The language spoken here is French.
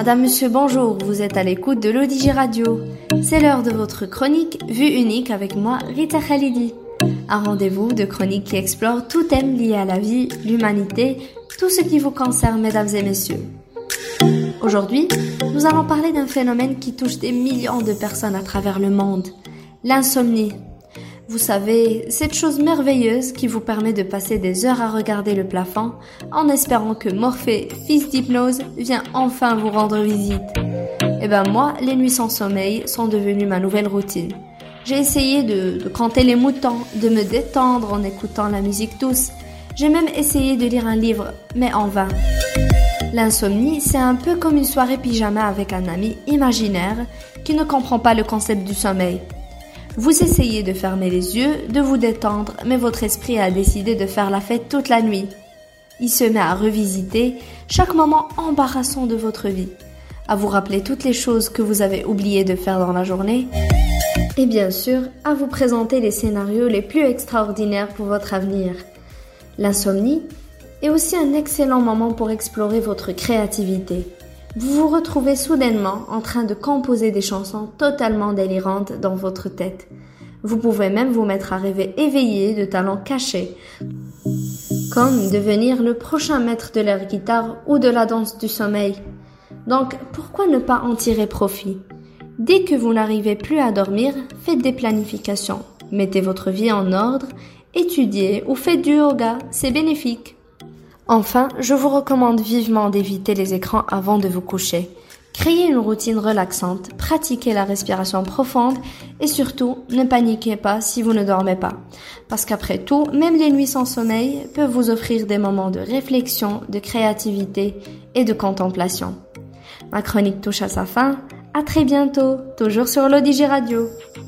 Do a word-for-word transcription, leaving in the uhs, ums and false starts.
Madame, Monsieur, bonjour, vous êtes à l'écoute de l'O D J Radio. C'est l'heure de votre chronique Vue unique avec moi, Rita Khalidi. Un rendez-vous de chronique qui explore tout thème lié à la vie, l'humanité, tout ce qui vous concerne, mesdames et messieurs. Aujourd'hui, nous allons parler d'un phénomène qui touche des millions de personnes à travers le monde, l'insomnie. Vous savez, cette chose merveilleuse qui vous permet de passer des heures à regarder le plafond en espérant que Morphée, fils d'hypnose, vient enfin vous rendre visite. Eh ben moi, les nuits sans sommeil sont devenues ma nouvelle routine. J'ai essayé de, de compter les moutons, de me détendre en écoutant la musique douce. J'ai même essayé de lire un livre, mais en vain. L'insomnie, c'est un peu comme une soirée pyjama avec un ami imaginaire qui ne comprend pas le concept du sommeil. Vous essayez de fermer les yeux, de vous détendre, mais votre esprit a décidé de faire la fête toute la nuit. Il se met à revisiter chaque moment embarrassant de votre vie, à vous rappeler toutes les choses que vous avez oublié de faire dans la journée, et bien sûr, à vous présenter les scénarios les plus extraordinaires pour votre avenir. L'insomnie est aussi un excellent moment pour explorer votre créativité. Vous vous retrouvez soudainement en train de composer des chansons totalement délirantes dans votre tête. Vous pouvez même vous mettre à rêver éveillé de talents cachés, comme devenir le prochain maître de l'air guitare ou de la danse du sommeil. Donc, pourquoi ne pas en tirer profit? Dès que vous n'arrivez plus à dormir, faites des planifications. Mettez votre vie en ordre, étudiez ou faites du yoga, c'est bénéfique. Enfin, je vous recommande vivement d'éviter les écrans avant de vous coucher. Créez une routine relaxante, pratiquez la respiration profonde et surtout, ne paniquez pas si vous ne dormez pas. Parce qu'après tout, même les nuits sans sommeil peuvent vous offrir des moments de réflexion, de créativité et de contemplation. Ma chronique touche à sa fin. À très bientôt, toujours sur l'O D J Radio.